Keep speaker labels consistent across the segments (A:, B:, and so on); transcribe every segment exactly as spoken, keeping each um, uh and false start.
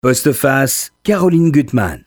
A: Postface, Caroline Gutmann.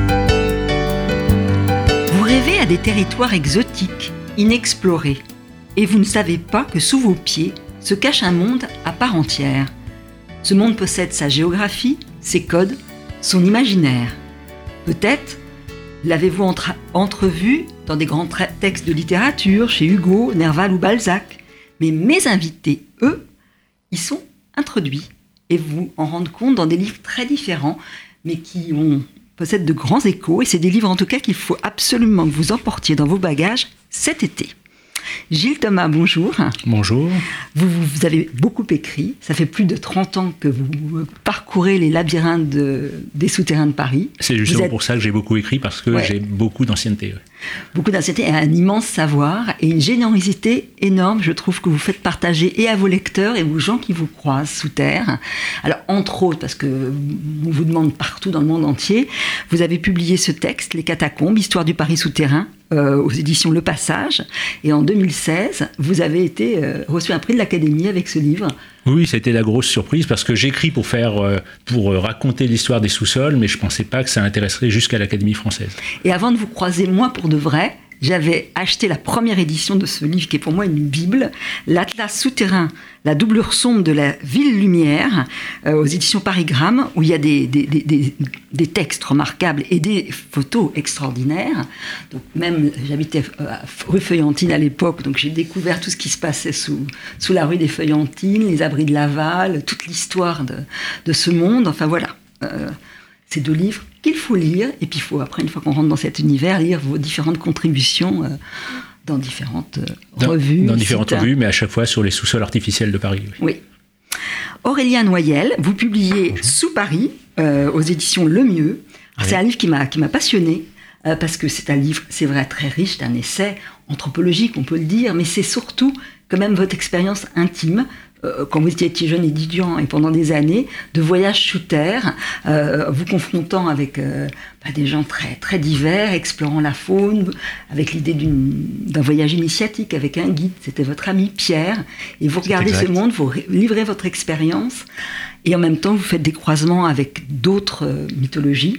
B: Vous rêvez à des territoires exotiques, inexplorés, et vous ne savez pas que sous vos pieds se cache un monde à part entière. Ce monde possède sa géographie, ses codes, son imaginaire. Peut-être l'avez-vous entre- entrevu dans des grands tra- textes de littérature, chez Hugo, Nerval ou Balzac. Mais mes invités, eux, y sont introduits et vous en rendent compte dans des livres très différents, mais qui ont, possèdent de grands échos. Et c'est des livres en tout cas qu'il faut absolument que vous emportiez dans vos bagages cet été. Gilles Thomas, bonjour.
C: Bonjour.
B: Vous, vous avez beaucoup écrit. Ça fait plus de trente ans que vous parcourez les labyrinthes de, des souterrains de Paris.
C: C'est justement
B: êtes...
C: pour ça que j'ai beaucoup écrit, parce que ouais. j'ai beaucoup d'ancienneté. Ouais.
B: Beaucoup d'ancienneté et un immense savoir et une générosité énorme, je trouve, que vous faites partager et à vos lecteurs et aux gens qui vous croisent sous terre. Alors, entre autres, parce qu'on vous demande partout dans le monde entier, vous avez publié ce texte, Les Catacombes, Histoire du Paris souterrain, euh, aux éditions Le Passage. Et en deux mille seize, vous avez été euh, reçu un prix de l'Académie avec ce livre.
C: Oui, ça a été la grosse surprise, parce que j'écris pour faire, euh, pour raconter l'histoire des sous-sols, mais je ne pensais pas que ça intéresserait jusqu'à l'Académie française.
B: Et avant de vous croiser, moi, pour de vrai, j'avais acheté la première édition de ce livre, qui est pour moi une bible, l'Atlas souterrain, la doublure sombre de la ville lumière, euh, aux éditions Parigramme, où il y a des, des, des, des, des textes remarquables et des photos extraordinaires. Donc même, j'habitais rue Feuillantine à l'époque, donc j'ai découvert tout ce qui se passait sous, sous la rue des Feuillantines, les abris de Laval, toute l'histoire de, de ce monde. Enfin voilà, euh, ces deux livres qu'il faut lire, et puis il faut, après, une fois qu'on rentre dans cet univers, lire vos différentes contributions euh, dans différentes euh,
C: dans,
B: revues.
C: Dans différentes
B: sites.
C: revues, mais à chaque fois sur les sous-sols artificiels de Paris. Oui.
B: oui. Aurélien Noyel, vous publiez Bonjour. Sous Paris, euh, aux éditions Le Mieux. Oui. C'est un livre qui m'a, qui m'a passionné, euh, parce que c'est un livre, c'est vrai, très riche, c'est un essai anthropologique, on peut le dire, mais c'est surtout quand même votre expérience intime, euh, quand vous étiez jeune étudiant et pendant des années, de voyage sous terre, euh, vous confrontant avec euh, bah, des gens très, très divers, explorant la faune, avec l'idée d'une, d'un voyage initiatique avec un guide. C'était votre ami Pierre, et vous regardez ce monde, vous livrez votre expérience, et en même temps vous faites des croisements avec d'autres euh, mythologies.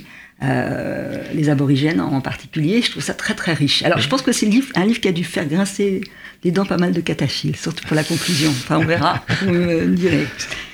B: Euh, les aborigènes en particulier, je trouve ça très très riche. Alors je pense que c'est livre, un livre qui a dû faire grincer les dents pas mal de cataphiles, surtout pour la conclusion. Enfin on verra, vous me direz.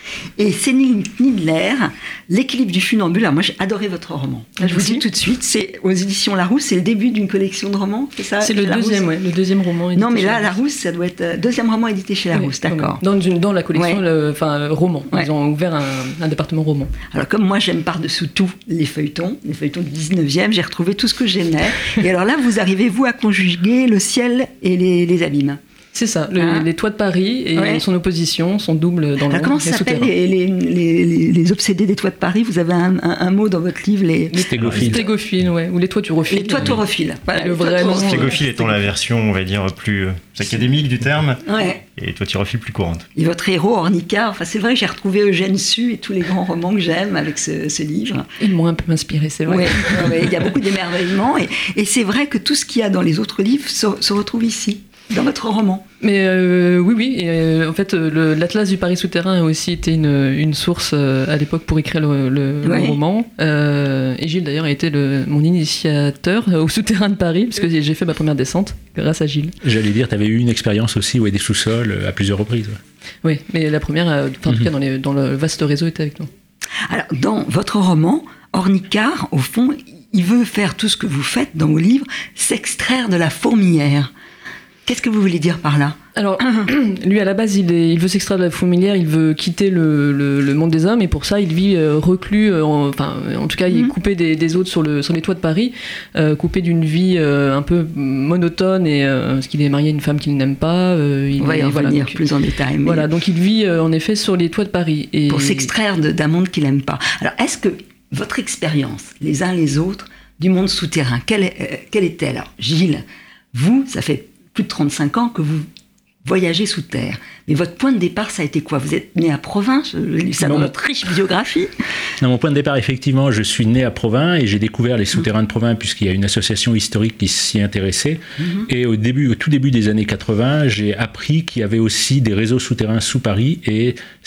B: Et Céline Knidler, L'équilibre du funambule. Alors moi j'ai adoré votre roman. Là, je vous dis tout de suite, c'est aux éditions Larousse, c'est le début d'une collection de romans, c'est ça?
D: C'est le deuxième, ouais, le deuxième roman.
B: Non mais là Larousse, ça doit être euh, deuxième roman édité chez Larousse, oui, d'accord.
D: Dans, une, dans la collection, ouais. le, enfin roman.
B: Ouais.
D: Ils ont ouvert un, un département roman.
B: Alors comme moi j'aime par-dessous tout les feuilletons, les feuilletons du dix-neuvième, j'ai retrouvé tout ce que j'aimais. Et alors là vous arrivez vous à conjuguer le ciel et les, les abîmes.
D: C'est ça, le, hein les toits de Paris et ouais. son opposition, son double dans le
B: Alors comment ça s'appelle les, les, les, les, les obsédés des toits de Paris? Vous avez un, un, un mot dans votre livre, les,
C: les stégophiles.
D: Stégophiles, ouais, ou les toiturophiles.
B: Les toiturophiles.
D: Voilà, le vrai nom.
E: Stégophile étant la version, on va dire, plus euh, académique du terme,
B: ouais.
E: et toiturophile plus courante.
B: Et votre héros, Ornicard, enfin, c'est vrai que j'ai retrouvé Eugène Sue et tous les grands romans que j'aime avec ce, ce livre.
D: Ils m'ont un peu inspiré, c'est vrai.
B: Ouais, ouais, il y a beaucoup d'émerveillement, et, et c'est vrai que tout ce qu'il y a dans les autres livres se, se retrouve ici. Dans votre roman.
D: Mais euh, oui, oui. Et, euh, en fait, le, l'Atlas du Paris souterrain a aussi été une, une source euh, à l'époque pour écrire le, le, ouais. le roman. Euh, et Gilles, d'ailleurs, a été le, mon initiateur au souterrain de Paris, parce que j'ai fait ma première descente grâce à Gilles.
C: J'allais dire, tu avais eu une expérience aussi, ouais, des sous-sols à plusieurs reprises. Ouais.
D: Oui, mais la première, enfin, en mm-hmm. tout cas, dans, les, dans le vaste réseau, était avec nous.
B: Alors, dans votre roman, Ornicard, au fond, il veut faire tout ce que vous faites dans vos livres, s'extraire de la fourmilière. Qu'est-ce que vous voulez dire par là?
D: Alors, lui, à la base, il, est, il veut s'extraire de la fourmilière, il veut quitter le, le, le monde des hommes, et pour ça, il vit euh, reclus, euh, en, enfin, en tout cas, il est coupé des, des autres sur, le, sur les toits de Paris, euh, coupé d'une vie euh, un peu monotone, et, euh, parce qu'il est marié à une femme qu'il n'aime pas. Euh, il
B: On va y
D: est,
B: revenir
D: voilà, donc,
B: plus en détail. Mais...
D: Voilà, donc il vit euh, en effet sur les toits de Paris. Et...
B: Pour s'extraire de, d'un monde qu'il n'aime pas. Alors, est-ce que votre expérience, les uns les autres, du monde souterrain, quelle, euh, quelle est-elle? Alors, Gilles, vous, ça fait plus de trente-cinq ans que vous voyagez sous terre. Mais votre point de départ, ça a été quoi? Vous êtes né à Provins, j'ai lu ça dans votre riche biographie.
C: Non, mon point de départ, effectivement, je suis né à Provins et j'ai découvert les souterrains de Provins puisqu'il y a une association historique qui s'y intéressait. Mm-hmm. Et au début, au tout début des années quatre-vingts, j'ai appris qu'il y avait aussi des réseaux souterrains sous Paris et ça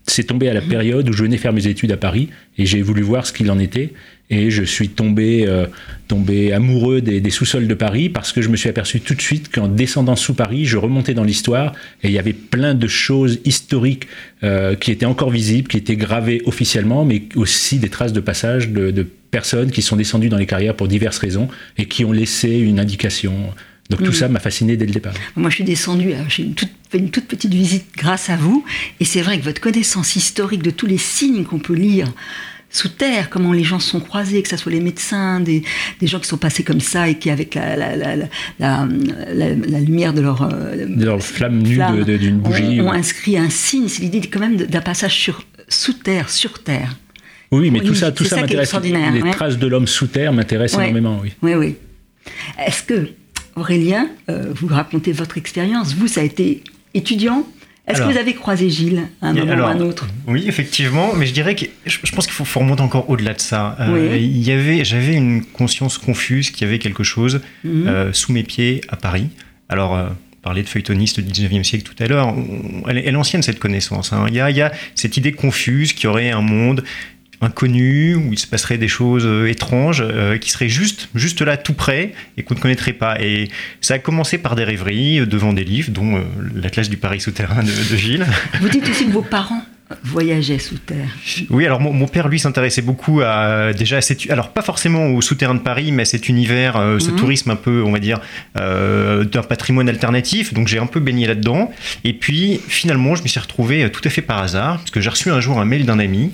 C: c'est tombé à la période où je venais faire mes études à Paris et j'ai voulu voir ce qu'il en était. Et je suis tombé, euh, tombé amoureux des, des sous-sols de Paris parce que je me suis aperçu tout de suite qu'en descendant sous Paris, je remontais dans l'histoire et il y avait plein de choses historiques euh, qui étaient encore visibles, qui étaient gravées officiellement, mais aussi des traces de passage de, de personnes qui sont descendues dans les carrières pour diverses raisons et qui ont laissé une indication. Donc mmh. tout ça m'a fasciné dès le départ.
B: Moi, je suis descendue, j'ai une toute, fait une toute petite visite grâce à vous, et c'est vrai que votre connaissance historique de tous les signes qu'on peut lire sous terre, comment les gens se sont croisés, que ce soit les médecins, des, des gens qui sont passés comme ça et qui, avec la, la, la, la, la, la, la lumière de leur,
C: de leur flamme nue flamme, de, de, d'une bougie,
B: ont, ont
C: ouais.
B: inscrit un signe. C'est l'idée quand même d'un passage sur, sous terre, sur terre.
C: Oui, mais
B: oui,
C: tout ça, tout ça, ça m'intéresse. Les
B: ouais.
C: traces de l'homme sous terre m'intéressent ouais. énormément, oui.
B: Oui, oui. Est-ce que, Aurélien, euh, vous racontez votre expérience. Vous, ça a été étudiant. Est-ce alors, que vous avez croisé Gilles à un moment alors, ou à un autre?
E: Oui, effectivement, mais je dirais que je, je pense qu'il faut, faut remonter encore au-delà de ça. Euh, oui. il y avait, j'avais une conscience confuse qu'il y avait quelque chose mm-hmm. euh, sous mes pieds à Paris. Alors, euh, parler de feuilletoniste du dix-neuvième siècle tout à l'heure, on, elle, elle est ancienne cette connaissance. Hein. Il y a, il y a cette idée confuse qu'il y aurait un monde inconnu, où il se passerait des choses euh, étranges, euh, qui seraient juste, juste là, tout près, et qu'on ne connaîtrait pas. Et ça a commencé par des rêveries euh, devant des livres, dont euh, l'Atlas du Paris souterrain de, de Gilles.
B: Vous dites aussi que vos parents voyageaient sous terre.
E: Oui, alors mon, mon père, lui, s'intéressait beaucoup à, déjà, à cette, alors pas forcément au souterrain de Paris, mais à cet univers, euh, ce mmh. tourisme un peu, on va dire, euh, d'un patrimoine alternatif. Donc j'ai un peu baigné là-dedans. Et puis, finalement, je me suis retrouvé tout à fait par hasard, parce que j'ai reçu un jour un mail d'un ami,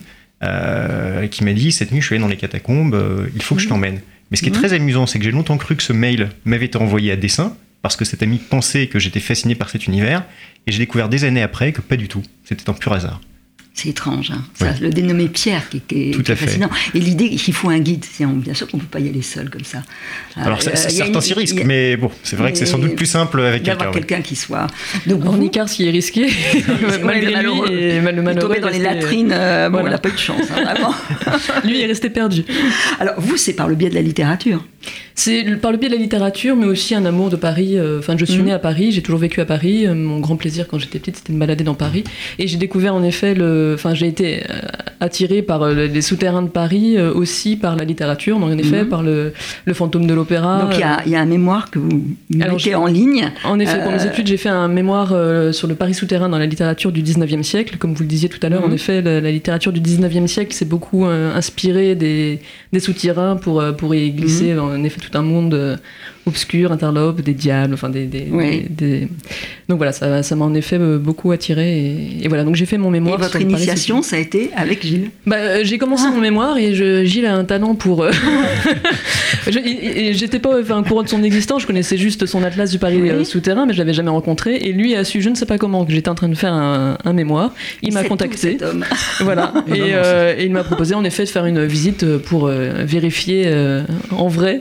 E: Euh, qui m'a dit cette nuit je suis allé dans les catacombes, euh, il faut que mmh. je t'emmène. Mais ce qui est mmh. très amusant, c'est que j'ai longtemps cru que ce mail m'avait été envoyé à dessein parce que cet ami pensait que j'étais fasciné par cet univers, et j'ai découvert des années après que pas du tout, c'était un pur hasard.
B: C'est étrange, hein. Ça, oui. Le dénommé Pierre qui, qui est,
E: Tout
B: qui
E: à
B: est fascinant.
E: Fait.
B: Et l'idée qu'il faut un guide, c'est, bien sûr qu'on ne peut pas y aller seul comme ça.
E: Alors euh, ça, certains s'y risquent, mais bon, c'est vrai que c'est sans doute plus simple avec quelqu'un.
B: D'avoir quelqu'un
E: oui.
B: qui soit...
D: Donc Ornicard s'y est risqué, malgré
B: ouais,
D: lui, et le malheureux.
B: Il est tombé dans les latrines, euh, bon, voilà. On n'a pas eu de chance, hein, vraiment.
D: Lui est resté perdu.
B: Alors vous, c'est par le biais de la littérature.
D: C'est par le biais de la littérature, mais aussi un amour de Paris. Enfin, je suis mmh. née à Paris, j'ai toujours vécu à Paris. Mon grand plaisir quand j'étais petite, c'était de me balader dans Paris. Et j'ai découvert en effet, le... enfin, j'ai été attirée par les souterrains de Paris, aussi par la littérature, donc en effet, mmh. par le, le fantôme de l'opéra.
B: Donc il y a, y a un mémoire que vous mettez en ligne.
D: En effet, pour euh... mes études, j'ai fait un mémoire sur le Paris souterrain dans la littérature du dix-neuvième siècle. Comme vous le disiez tout à l'heure, mmh. en effet, la, la littérature du dix-neuvième siècle s'est beaucoup euh, inspirée des, des souterrains pour, pour y glisser, mmh. en effet, tout un monde euh, obscur, interlope, des diables, enfin des... des,
B: oui.
D: des, des... Donc voilà, ça, ça m'a en effet beaucoup attiré. Et, et voilà, donc j'ai fait mon mémoire.
B: Et votre initiation, ça a été avec Gilles?
D: Bah, euh, j'ai commencé ah. mon mémoire et je, Gilles a un talent pour... Euh... je, et, et j'étais pas enfin, au courant de son existence, je connaissais juste son atlas du Paris oui. euh, souterrain, mais je l'avais jamais rencontré. Et lui a su, je ne sais pas comment, que j'étais en train de faire un, un mémoire. Il m'a contacté.
B: Tout, cet homme.
D: Voilà. et, euh, et il m'a proposé en effet de faire une visite pour euh, vérifier euh, en vrai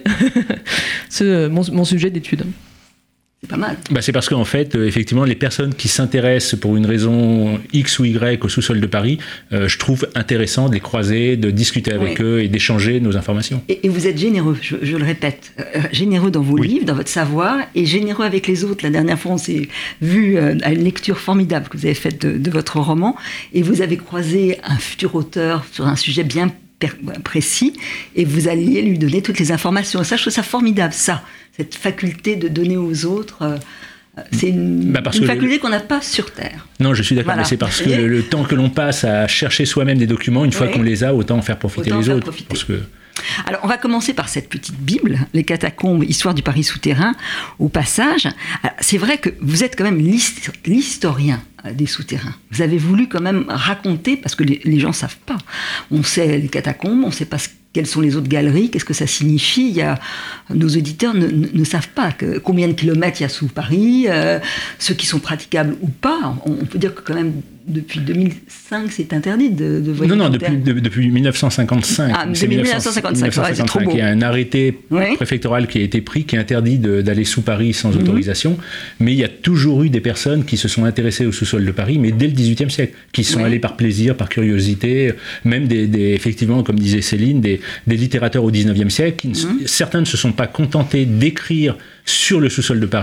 D: ce, mon, mon sujet d'étude.
B: C'est pas mal.
C: Bah c'est parce qu'en fait, euh, effectivement, les personnes qui s'intéressent pour une raison X ou Y au sous-sol de Paris, euh, je trouve intéressant de les croiser, de discuter avec oui. eux et d'échanger nos informations.
B: Et, et vous êtes généreux, je, je le répète, euh, généreux dans vos oui. livres, dans votre savoir, et généreux avec les autres. La dernière fois, on s'est vu euh, à une lecture formidable que vous avez faite de, de votre roman, et vous avez croisé un futur auteur sur un sujet bien précis, et vous alliez lui donner toutes les informations. Ça, je trouve ça formidable, ça. Cette faculté de donner aux autres, euh, c'est une, bah une faculté le... qu'on n'a pas sur Terre.
C: Non, je suis d'accord, voilà. Mais c'est parce que le, le temps que l'on passe à chercher soi-même des documents, une fois oui. qu'on les a, autant en faire profiter
B: autant
C: les
B: faire
C: autres.
B: Profiter.
C: Parce que...
B: Alors, on va commencer par cette petite Bible, Les Catacombes, Histoire du Paris souterrain, au passage. Alors, c'est vrai que vous êtes quand même l'historien des souterrains. Vous avez voulu quand même raconter, parce que les, les gens ne savent pas. On sait les catacombes, on ne sait pas ce, quelles sont les autres galeries, qu'est-ce que ça signifie. Il y a, nos auditeurs ne, ne, ne savent pas que, combien de kilomètres il y a sous Paris, euh, ceux qui sont praticables ou pas. On, on peut dire que quand même, depuis deux mille cinq, c'est interdit de, de voyager.
C: Non, non, depuis, de, depuis dix-neuf cent cinquante-cinq.
B: Ah, c'est mille neuf cent cinquante-cinq, ouais, c'est trop beau.
C: Il y a un arrêté oui. préfectoral qui a été pris, qui interdit de, d'aller sous Paris sans mmh. autorisation. Mais il y a toujours eu des personnes qui se sont intéressées au sous-sol de Paris, mais dès le dix-huitième siècle, qui sont oui. allés par plaisir, par curiosité, même des, des, effectivement, comme disait Céline, des, des littérateurs au dix-neuvième siècle. Qui, mmh. Certains ne se sont pas contentés d'écrire sur le sous-sol de Paris,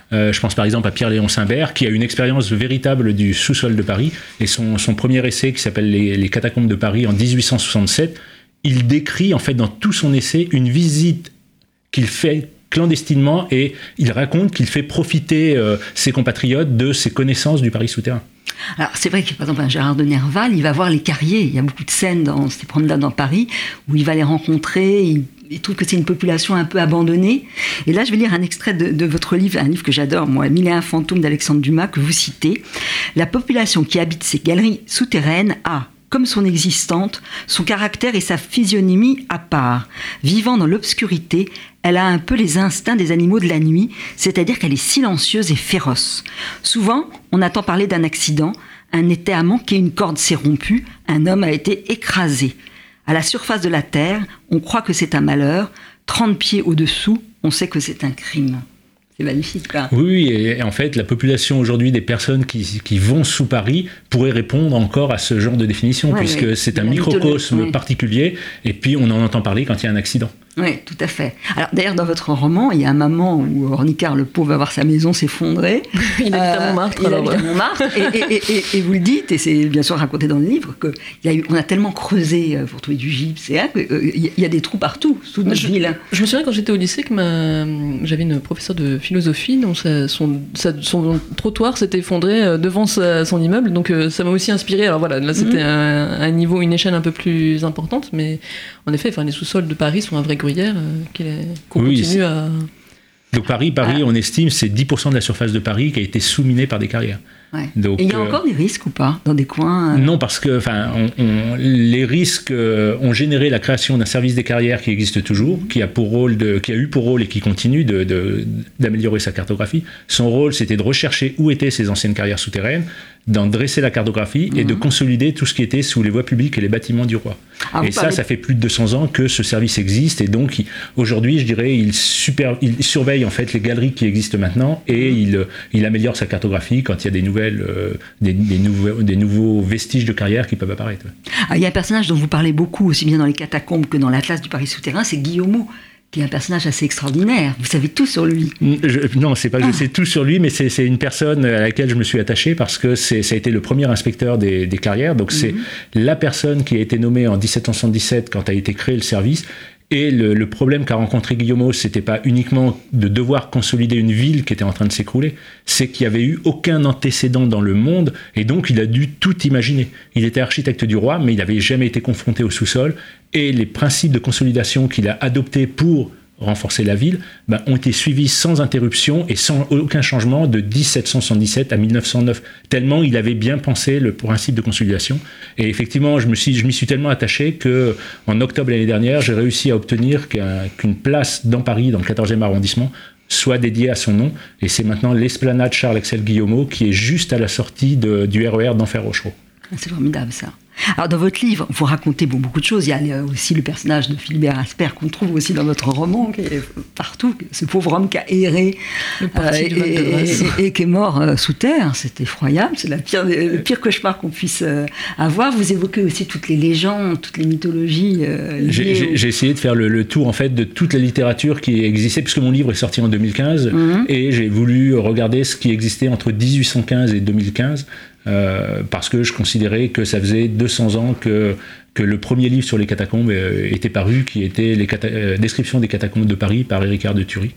C: Euh, je pense par exemple à Pierre-Léon Simbert, qui a une expérience véritable du sous-sol de Paris. Et son, son premier essai, qui s'appelle les, les catacombes de Paris en dix-huit cent soixante-sept, il décrit en fait dans tout son essai une visite qu'il fait clandestinement, et il raconte qu'il fait profiter euh, ses compatriotes de ses connaissances du Paris souterrain.
B: Alors, c'est vrai que, par exemple, un Gérard de Nerval, il va voir les carriers. Il y a beaucoup de scènes dans ces promenades dans Paris où il va les rencontrer. Il, il trouve que c'est une population un peu abandonnée. Et là, je vais lire un extrait de, de votre livre, un livre que j'adore, moi, Mille et un fantômes d'Alexandre Dumas, que vous citez. La population qui habite ces galeries souterraines a, comme son existante, son caractère et sa physionomie à part. Vivant dans l'obscurité, elle a un peu les instincts des animaux de la nuit, c'est-à-dire qu'elle est silencieuse et féroce. Souvent, on entend parler d'un accident, un été a manqué, une corde s'est rompue, un homme a été écrasé. À la surface de la terre, on croit que c'est un malheur, trente pieds au-dessous, on sait que c'est un crime. C'est magnifique, là.
C: Oui, et en fait, la population aujourd'hui des personnes qui, qui vont sous Paris pourrait répondre encore à ce genre de définition, ouais, puisque oui, c'est un microcosme oui. particulier, et puis on en entend parler quand il y a un accident.
B: Oui, tout à fait. Alors d'ailleurs, dans votre roman, il y a un moment où Ornicard, le pauvre, va voir sa maison s'effondrer.
D: il habite à Montmartre.
B: Euh, il habite à Montmartre, et, et, et, et vous le dites, et c'est bien sûr raconté dans le livre, qu'on a, a tellement creusé pour trouver du gypse, et il euh, y, y a des trous partout, sous notre
D: je,
B: ville.
D: Je me souviens quand j'étais au lycée que ma, j'avais une professeure de philosophie dont sa, son, sa, son trottoir s'était effondré devant sa, son immeuble, donc euh, ça m'a aussi inspiré. Alors voilà, là c'était mmh. un, un niveau, une échelle un peu plus importante, mais en effet, enfin, les sous-sols de Paris sont un vrai gruyère euh, qu'on oui, continue à...
C: Donc Paris, Paris ah. on estime, c'est dix pour cent de la surface de Paris qui a été sous-minée par des carrières.
B: Ouais. Donc, et il y a euh, encore des risques ou pas dans des coins euh...
C: Non, parce que enfin, on, on, les risques euh, ont généré la création d'un service des carrières qui existe toujours, qui a pour rôle de, qui a eu pour rôle et qui continue de, de, d'améliorer sa cartographie. Son rôle, c'était de rechercher où étaient ces anciennes carrières souterraines, d'en dresser la cartographie mmh. et de consolider tout ce qui était sous les voies publiques et les bâtiments du roi. Ah, et ça, parlez... ça fait plus de deux cents ans que ce service existe, et donc il, aujourd'hui, je dirais, il, super, il surveille en fait les galeries qui existent maintenant, et mmh. il, il améliore sa cartographie quand il y a des nouvelles Euh, des, des, nouveaux, des nouveaux vestiges de carrière qui peuvent apparaître.
B: Ah, il y a un personnage dont vous parlez beaucoup, aussi bien dans les catacombes que dans l'Atlas du Paris souterrain, c'est Guillaumeau, qui est un personnage assez extraordinaire. Vous savez tout sur lui.
C: Je, non, c'est pas que ah. je sais tout sur lui, mais c'est, c'est une personne à laquelle je me suis attaché parce que c'est, ça a été le premier inspecteur des, des carrières. Donc mm-hmm. c'est la personne qui a été nommée en dix-sept cent soixante-dix-sept quand a été créé le service. Et le, le problème qu'a rencontré Guillaumeau, c'était pas uniquement de devoir consolider une ville qui était en train de s'écrouler, c'est qu'il n'y avait eu aucun antécédent dans le monde, et donc il a dû tout imaginer. Il était architecte du roi, mais il n'avait jamais été confronté au sous-sol, et les principes de consolidation qu'il a adoptés pour renforcer la ville, ben, ont été suivis sans interruption et sans aucun changement de dix-sept cent soixante-dix-sept à mille neuf cent neuf, tellement il avait bien pensé le principe de consolidation. Et effectivement, je, me suis, je m'y suis tellement attaché qu'en octobre l'année dernière, j'ai réussi à obtenir qu'un, qu'une place dans Paris, dans le quatorzième arrondissement, soit dédiée à son nom, et c'est maintenant l'esplanade Charles-Axel Guillaumeau qui est juste à la sortie de, du R E R d'Enfer-Rochereau.
B: C'est formidable, ça. Alors, dans votre livre, vous racontez bon, beaucoup de choses. Il y a aussi le personnage de Philibert Asper qu'on trouve aussi dans votre roman, qui est partout. Ce pauvre homme qui a erré euh, et, et, et, et qui est mort euh, sous terre. C'est effroyable. C'est la pire, le pire cauchemar qu'on puisse euh, avoir. Vous évoquez aussi toutes les légendes, toutes les mythologies. Euh,
C: j'ai, j'ai, j'ai essayé de faire le, le tour en fait de toute la littérature qui existait, puisque mon livre est sorti en deux mille quinze, mm-hmm. et j'ai voulu regarder ce qui existait entre dix-huit cent quinze et deux mille quinze. Euh, parce que je considérais que ça faisait deux cents ans que, que le premier livre sur les catacombes euh, était paru, qui était les cata- euh, Description des catacombes de Paris par Éricard de Thury.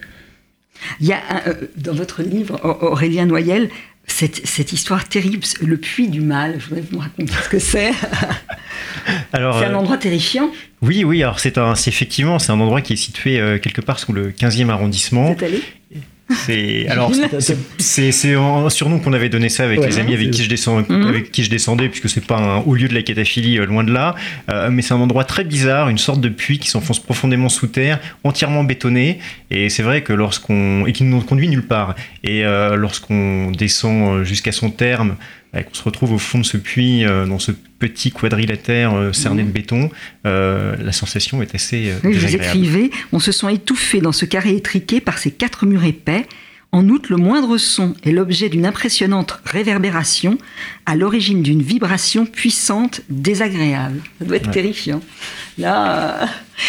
B: Il y a un, euh, dans votre livre, Aurélien Noyel, cette, cette histoire terrible, le puits du mal. Je voudrais que vous me racontiez ce que c'est. Alors, c'est un endroit terrifiant.
E: Oui, oui. Alors c'est, un, c'est effectivement c'est un endroit qui est situé euh, quelque part sous le quinzième arrondissement.
B: Vous êtes allé ?
E: C'est alors c'est, c'est, c'est un surnom qu'on avait donné ça avec ouais, les amis avec qui je descends, mmh. avec qui je descendais, puisque c'est pas un haut lieu de la cataphilie, loin de là, euh, mais c'est un endroit très bizarre, une sorte de puits qui s'enfonce profondément sous terre, entièrement bétonné, et c'est vrai que lorsqu'on et qui ne nous conduit nulle part, et euh, lorsqu'on descend jusqu'à son terme, et qu'on se retrouve au fond de ce puits, euh, dans ce petit quadrilatère euh, cerné mmh. de béton, euh, la sensation est assez euh,
B: oui,
E: désagréable.
B: Vous écrivez, on se sent étouffé dans ce carré étriqué par ces quatre murs épais. En outre, le moindre son est l'objet d'une impressionnante réverbération, à l'origine d'une vibration puissante, désagréable. Ça doit être ouais. terrifiant. Là, euh...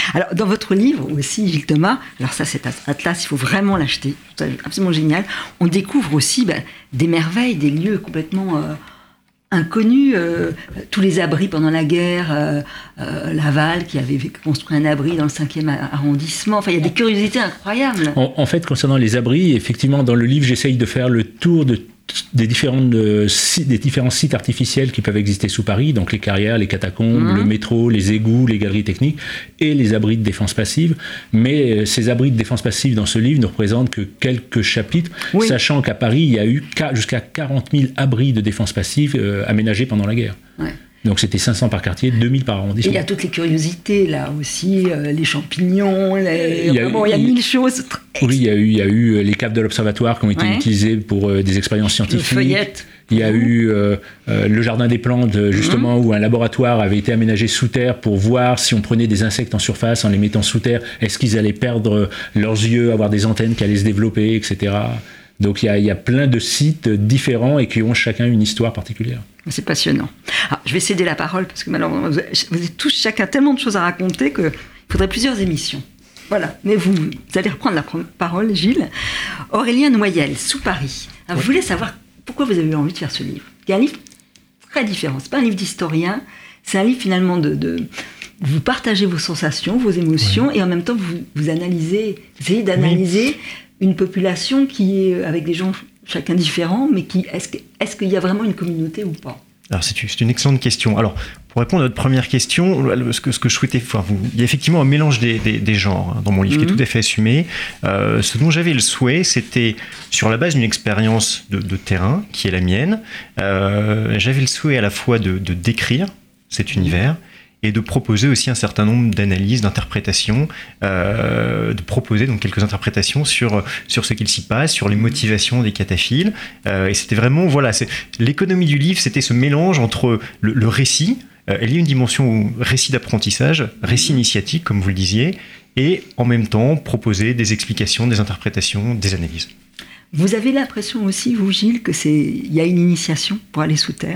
B: Alors, dans votre livre aussi, Gilles Thomas, alors ça, cet atlas, il faut vraiment l'acheter, c'est absolument génial. On découvre aussi ben, des merveilles, des lieux complètement euh, inconnus, euh, tous les abris pendant la guerre, euh, euh, Laval qui avait construit un abri dans le cinquième arrondissement. Enfin, il y a des curiosités incroyables.
C: En, en fait, concernant les abris, effectivement, dans le livre, j'essaye de faire le tour de Des, différentes, euh, des différents sites artificiels qui peuvent exister sous Paris, donc les carrières, les catacombes, mmh. le métro, les égouts, les galeries techniques et les abris de défense passive. Mais euh, ces abris de défense passive dans ce livre ne représentent que quelques chapitres, oui. sachant qu'à Paris, il y a eu jusqu'à quarante mille abris de défense passive euh, aménagés pendant la guerre. Ouais. Donc c'était cinq cents par quartier, deux mille par arrondissement.
B: Et il y a toutes les curiosités là aussi, euh, les champignons, les... il y a, Vraiment, eu, il y a mille choses.
C: Oui, il y a eu, il y a eu les caves de l'observatoire qui ont été ouais. utilisées pour euh, des expériences scientifiques. Le feuillette. Il y a mmh. eu euh, euh, le jardin des plantes, justement, mmh. où un laboratoire avait été aménagé sous terre pour voir si on prenait des insectes en surface en les mettant sous terre, est-ce qu'ils allaient perdre leurs yeux, avoir des antennes qui allaient se développer, et cetera. Donc il y, a, il y a plein de sites différents et qui ont chacun une histoire particulière.
B: C'est passionnant. Alors, je vais céder la parole parce que malheureusement, vous avez tous chacun tellement de choses à raconter qu'il faudrait plusieurs émissions. Voilà, mais vous, vous allez reprendre la parole, Gilles. Aurélien Noyel, Sous Paris. Alors, ouais. Je voulais savoir pourquoi vous avez eu envie de faire ce livre. C'est un livre très différent. C'est pas un livre d'historien, c'est un livre finalement de... de vous partagez vos sensations, vos émotions, ouais. et en même temps, vous, vous analysez, vous essayez d'analyser... Oui. Une population qui est avec des gens chacun différents, mais qui, est-ce, que, est-ce qu'il y a vraiment une communauté ou pas ?
E: Alors c'est, c'est une excellente question. Alors pour répondre à votre première question, ce que, ce que je souhaitais, enfin, vous, il y a effectivement un mélange des, des, des genres hein, dans mon livre mmh. qui est tout à fait assumé. Euh, ce dont j'avais le souhait, c'était sur la base d'une expérience de, de terrain qui est la mienne. Euh, j'avais le souhait à la fois de, de décrire cet univers. Et de proposer aussi un certain nombre d'analyses, d'interprétations, euh, de proposer donc quelques interprétations sur sur ce qu'il s'y passe, sur les motivations des cataphiles. Euh, et c'était vraiment voilà, c'est l'économie du livre, c'était ce mélange entre le, le récit, euh, il y a une dimension où, récit d'apprentissage, récit initiatique comme vous le disiez, et en même temps proposer des explications, des interprétations, des analyses.
B: Vous avez l'impression aussi, vous Gilles, que c'est il y a une initiation pour aller sous terre ?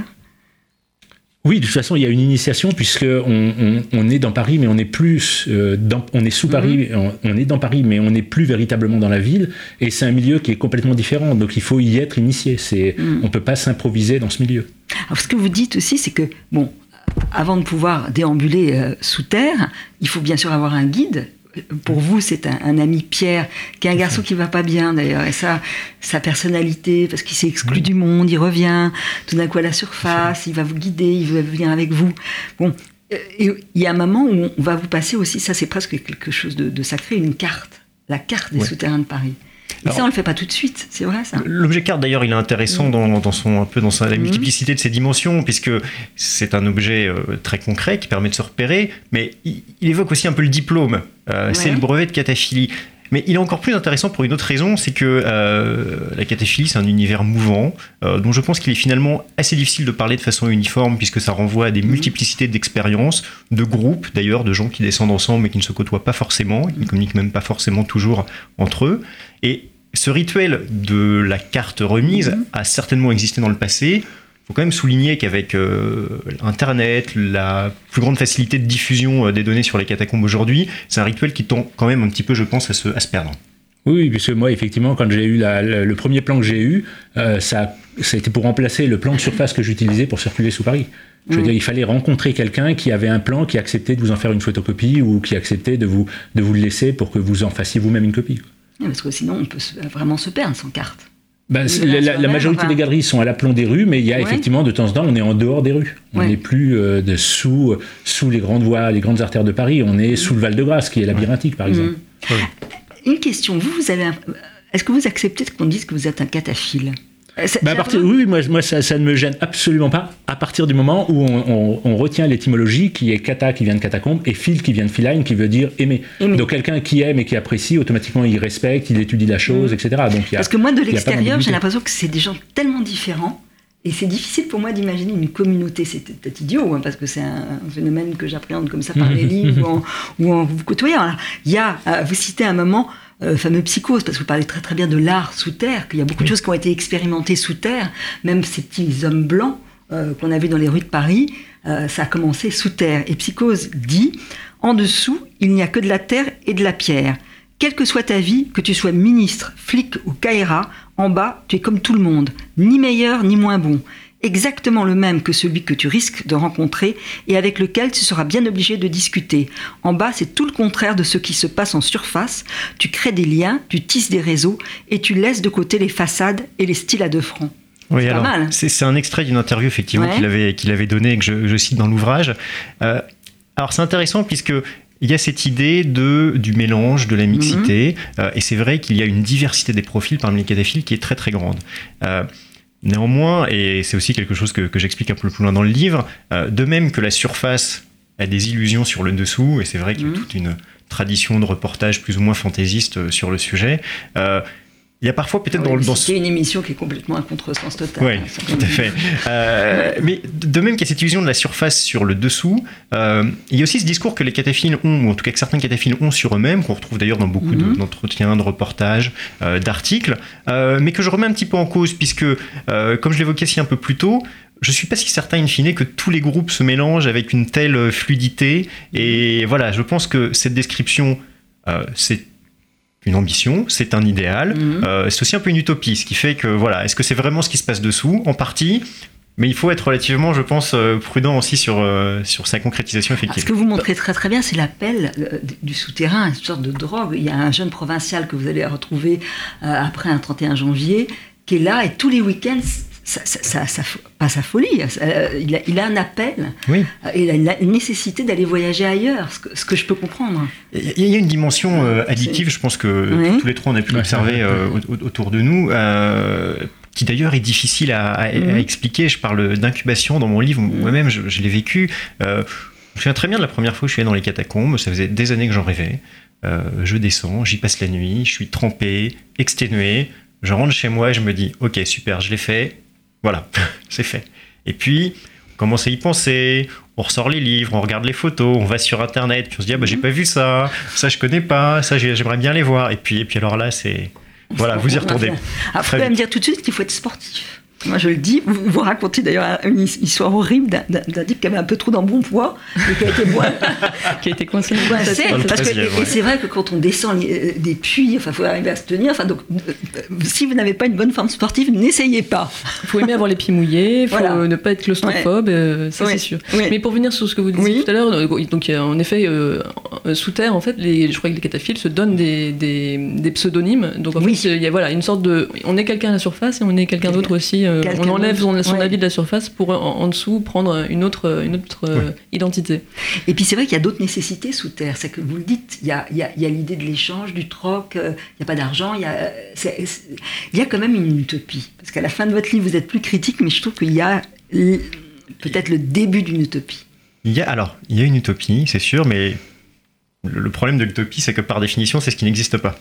C: Oui, de toute façon, il y a une initiation puisque on, on, on est dans Paris, mais on est plus euh, dans, on est sous Paris, mmh. on, on est dans Paris, mais on n'est plus véritablement dans la ville. Et c'est un milieu qui est complètement différent. Donc, il faut y être initié. C'est, mmh. on peut pas s'improviser dans ce milieu.
B: Alors, ce que vous dites aussi, c'est que bon, avant de pouvoir déambuler euh, sous terre, il faut bien sûr avoir un guide. Pour vous, c'est un, un ami Pierre, qui est un garçon qui va pas bien d'ailleurs, et ça, sa personnalité, parce qu'il s'est exclu oui. du monde, il revient tout d'un coup à la surface, il va vous guider, il va venir avec vous. Bon, et il y a un moment où on va vous passer aussi, ça c'est presque quelque chose de, de sacré, une carte, la carte des ouais. souterrains de Paris. Et alors, ça, on le fait pas tout de suite, c'est vrai ça.
E: L'objet carte, d'ailleurs, il est intéressant mmh. dans, dans son un peu dans sa, la multiplicité mmh. de ses dimensions, puisque c'est un objet euh, très concret qui permet de se repérer, mais il, il évoque aussi un peu le diplôme. Euh, ouais. C'est le brevet de cataphilie. Mais il est encore plus intéressant pour une autre raison, c'est que euh, la cataphilie, c'est un univers mouvant, euh, dont je pense qu'il est finalement assez difficile de parler de façon uniforme, puisque ça renvoie à des multiplicités d'expériences, de groupes d'ailleurs, de gens qui descendent ensemble mais qui ne se côtoient pas forcément, ils ne communiquent même pas forcément toujours entre eux. Et ce rituel de la carte remise mmh. a certainement existé dans le passé. Il faut quand même souligner qu'avec euh, Internet, la plus grande facilité de diffusion euh, des données sur les catacombes aujourd'hui, c'est un rituel qui tend quand même un petit peu, je pense, à se, à se perdre.
C: Oui, puisque moi, effectivement, quand j'ai eu la, la, le premier plan que j'ai eu, euh, ça, ça a été pour remplacer le plan de surface que j'utilisais pour circuler sous Paris. Je veux mmh. dire, il fallait rencontrer quelqu'un qui avait un plan, qui acceptait de vous en faire une photocopie ou qui acceptait de vous, de vous le laisser pour que vous en fassiez vous-même une copie.
B: Parce que sinon, on peut vraiment se perdre sans carte.
C: Ben, la, la, la majorité enfin... des galeries sont à l'aplomb des rues, mais il y a ouais. effectivement, de temps en temps, on est en dehors des rues. On n'est ouais. plus euh, de sous, sous les grandes voies, les grandes artères de Paris. On est mmh. sous le Val-de-Grâce, qui est labyrinthique, par exemple.
B: Mmh. Ouais. Une question. Vous, vous avez un... Est-ce que vous acceptez qu'on dise que vous êtes un cataphile ?
C: Ben à partir, oui, moi, moi ça, ça ne me gêne absolument pas, à partir du moment où on, on, on retient l'étymologie qui est kata qui vient de catacombe et phil qui vient de philine qui veut dire aimer. aimer. Donc quelqu'un qui aime et qui apprécie, automatiquement il respecte, il étudie la chose, mmh. et cetera. Donc, il y a,
B: Parce que moi de l'extérieur, j'ai l'impression que c'est des gens tellement différents et c'est difficile pour moi d'imaginer une communauté. C'est peut-être idiot, hein, parce que c'est un, un phénomène que j'appréhende comme ça par les livres ou, en, ou en vous côtoyant. Alors, il y a, vous citez un moment, Euh, fameux Psychose, parce que vous parlez très très bien de l'art sous terre, qu'il y a beaucoup de choses qui ont été expérimentées sous terre, même ces petits hommes blancs euh, qu'on a vus dans les rues de Paris, euh, ça a commencé sous terre. Et Psychose dit, en dessous, il n'y a que de la terre et de la pierre. Quelle que soit ta vie, que tu sois ministre, flic ou caïra, en bas, tu es comme tout le monde, ni meilleur ni moins bon. Exactement le même que celui que tu risques de rencontrer et avec lequel tu seras bien obligé de discuter. En bas, c'est tout le contraire de ce qui se passe en surface. Tu crées des liens, tu tisses des réseaux et tu laisses de côté les façades et les styles à deux francs.
E: Oui,
B: c'est
E: alors,
B: pas mal.
E: C'est, c'est un extrait d'une interview effectivement
B: Ouais.
E: qu'il avait, qu'il avait donnée et que je, je cite dans l'ouvrage. Euh, alors c'est intéressant puisque il y a cette idée de, du mélange, de la mixité, mmh. euh, et c'est vrai qu'il y a une diversité des profils parmi les cataphiles qui est très très grande. Euh, Néanmoins, et c'est aussi quelque chose que, que j'explique un peu plus loin dans le livre, euh, de même que la surface a des illusions sur le dessous, et c'est vrai qu'il y a
B: mmh.
E: toute une tradition de reportage plus ou moins fantaisiste sur le sujet, euh, il y a parfois peut-être
B: Ah oui,
E: dans, dans
B: c'est
E: ce...
B: une émission qui est complètement un contresens total.
E: Oui,
B: hein,
E: tout à fait. Euh, mais de même qu'il y a cette illusion de la surface sur le dessous, euh, il y a aussi ce discours que les cataphiles ont, ou en tout cas que certains cataphiles ont sur eux-mêmes, qu'on retrouve d'ailleurs dans beaucoup
B: mm-hmm.
E: de, d'entretiens, de reportages, euh, d'articles, euh, mais que je remets un petit peu en cause, puisque, euh, comme je l'évoquais ici un peu plus tôt, je ne suis pas si certain, in fine, que tous les groupes se mélangent avec une telle fluidité. Et voilà, je pense que cette description, euh, c'est une ambition, c'est un idéal, mmh. euh, c'est aussi un peu une utopie, ce qui fait que, voilà, est-ce que c'est vraiment ce qui se passe dessous? En partie, mais il faut être relativement, je pense, prudent aussi sur, euh, sur sa concrétisation effective.
B: Ce que vous montrez très très bien, c'est l'appel euh, du souterrain, une sorte de drogue. Il y a un jeune provincial que vous allez retrouver euh, après un trente et un janvier, qui est là, et tous les week-ends, ça, ça, ça, ça, pas sa folie, ça, il, a, il a un appel,
E: oui.
B: Il a une nécessité d'aller voyager ailleurs, ce que, ce que je peux comprendre.
E: Il y a une dimension euh, addictive, c'est... je pense que oui. tous les trois on a pu l'observer euh, autour de nous, euh, qui d'ailleurs est difficile à, à, mmh. à expliquer. Je parle d'incubation dans mon livre, mmh. moi-même je, je l'ai vécu. Euh, je me souviens très bien de la première fois que je suis allé dans les catacombes, ça faisait des années que j'en rêvais. Euh, je descends, j'y passe la nuit, je suis trempé, exténué, je rentre chez moi et je me dis « Ok, super, je l'ai fait. » Voilà, c'est fait. Et puis, on commence à y penser, on ressort les livres, on regarde les photos, on va sur Internet, puis on se dit, ah bah j'ai pas vu ça, ça je connais pas, ça j'aimerais bien les voir. Et puis, et puis alors là, c'est... Voilà, vous y retournez.
B: Après, vous allez me dire tout de suite qu'il faut être sportif. Moi, je le dis, vous, vous racontez d'ailleurs une histoire horrible d'un, d'un, d'un type qui avait un peu trop d'embonpoint et qui a été boire,
D: qui a été coincé.
B: coincé parce que, et, et c'est vrai que quand on descend les, des puits, enfin, faut arriver à se tenir. Enfin, donc, euh, si vous n'avez pas une bonne forme sportive, n'essayez pas.
D: Il faut aimer avoir les pieds mouillés, il faut
B: voilà.
D: ne pas être claustrophobe, ouais. euh, ça
B: ouais.
D: c'est sûr.
B: Ouais.
D: Mais pour venir sur ce que vous disiez oui. tout à l'heure, donc en effet, euh, sous terre, en fait, les, je crois que les cataphiles se donnent des, des, des pseudonymes. Donc en oui. fait, il y a voilà une sorte de, on est quelqu'un à la surface et on est quelqu'un d'autre aussi. Euh, quelqu'un on enlève son, son ouais. avis de la surface pour en, en dessous prendre une autre, une autre oui. euh, identité.
B: Et puis c'est vrai qu'il y a d'autres nécessités sous terre. C'est que vous le dites, il y a, il y a, il y a l'idée de l'échange, du troc. Euh, il n'y a pas d'argent. Il y a, c'est, c'est, il y a quand même une utopie. Parce qu'à la fin de votre livre, vous êtes plus critique, mais je trouve qu'il y a l- peut-être le début d'une utopie.
E: Il y a alors, il y a une utopie, c'est sûr, mais le problème de l'utopie, c'est que par définition, c'est ce qui n'existe pas.